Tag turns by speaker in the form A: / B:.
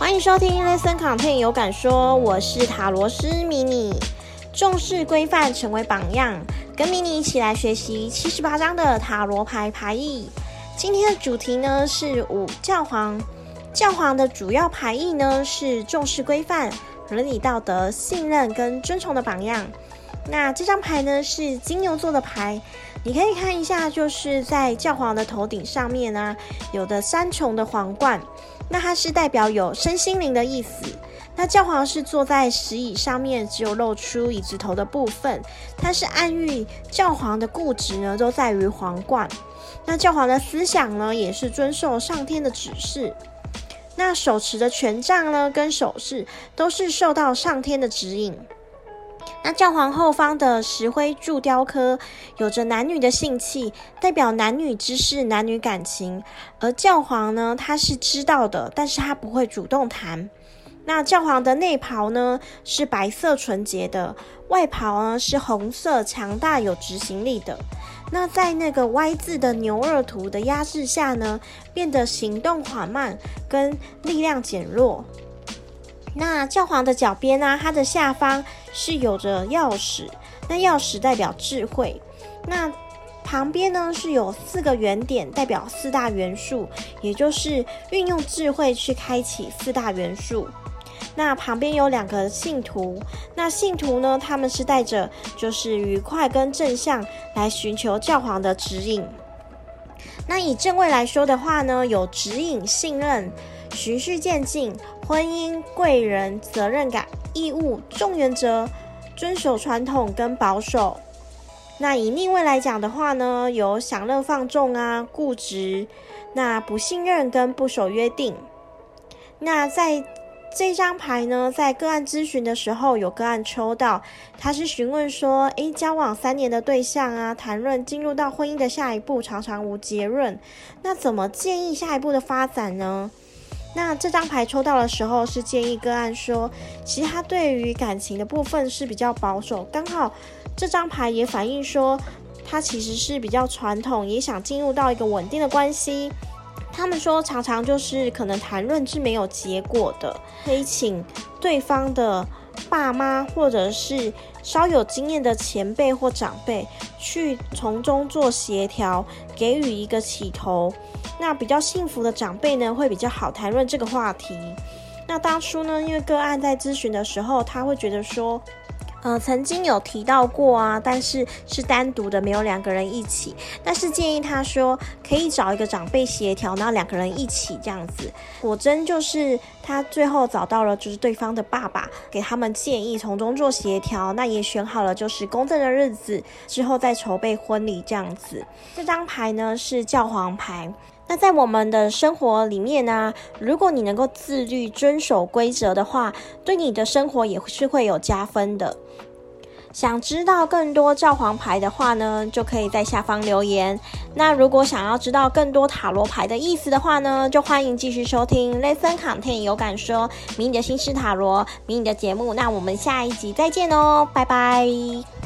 A: 欢迎收听 ListenContent 有感说，我是塔罗师迷你，重视规范成为榜样，跟迷你一起来学习78张的塔罗牌牌意。今天的主题呢是5教皇，教皇的主要牌意呢是重视规范、伦理道德、信任跟尊崇的榜样。那这张牌呢是金牛座的牌，你可以看一下，就是在教皇的头顶上面呢有的3重的皇冠，那它是代表有身心灵的意思。那教皇是坐在石椅上面，只有露出椅子头的部分，它是暗喻教皇的固执呢都在于皇冠。那教皇的思想呢也是遵守上天的指示，那手持的权杖呢跟手势都是受到上天的指引。那教皇后方的石灰柱雕刻有着男女的性气，代表男女之事、男女感情。而教皇呢，他是知道的，但是他不会主动谈。那教皇的内袍呢是白色纯洁的，外袍呢是红色强大有执行力的。那在那个 Y 字的牛耳图的压制下呢，变得行动缓慢跟力量减弱。那教皇的脚边啊，它的下方是有着钥匙，那钥匙代表智慧。那旁边呢是有4个圆点，代表4大元素，也就是运用智慧去开启4大元素。那旁边有2个信徒，那信徒呢，他们是带着就是愉快跟正向来寻求教皇的指引。那以正位来说的话呢，有指引、信任、循序渐进、婚姻、贵人、责任感、义务、重原则、遵守传统跟保守。那以逆位来讲的话呢，有享乐放纵啊、固执、那不信任跟不守约定。那在这张牌呢，在个案咨询的时候，有个案抽到，他是询问说，交往3年的对象啊，谈论进入到婚姻的下一步常常无结论，那怎么建议下一步的发展呢？那这张牌抽到的时候是建议个案说，其实他对于感情的部分是比较保守，刚好这张牌也反映说他其实是比较传统，也想进入到一个稳定的关系。他们说常常就是可能谈论是没有结果的，可以请对方的爸妈或者是稍有经验的前辈或长辈去从中做协调，给予一个起头。那比较幸福的长辈呢，会比较好谈论这个话题。那当初呢，因为个案在咨询的时候，他会觉得说曾经有提到过啊，但是是单独的，没有2个人一起。但是建议他说可以找一个长辈协调，然后2个人一起这样子。果真就是他最后找到了就是对方的爸爸，给他们建议，从中做协调。那也选好了就是公证的日子，之后再筹备婚礼这样子。这张牌呢是教皇牌。那在我们的生活里面呢，如果你能够自律遵守规则的话，对你的生活也是会有加分的。想知道更多教皇牌的话呢，就可以在下方留言。那如果想要知道更多塔罗牌的意思的话呢，就欢迎继续收听 ListenContent 有感说迷你的心事塔罗迷你的节目。那我们下一集再见哦，拜拜。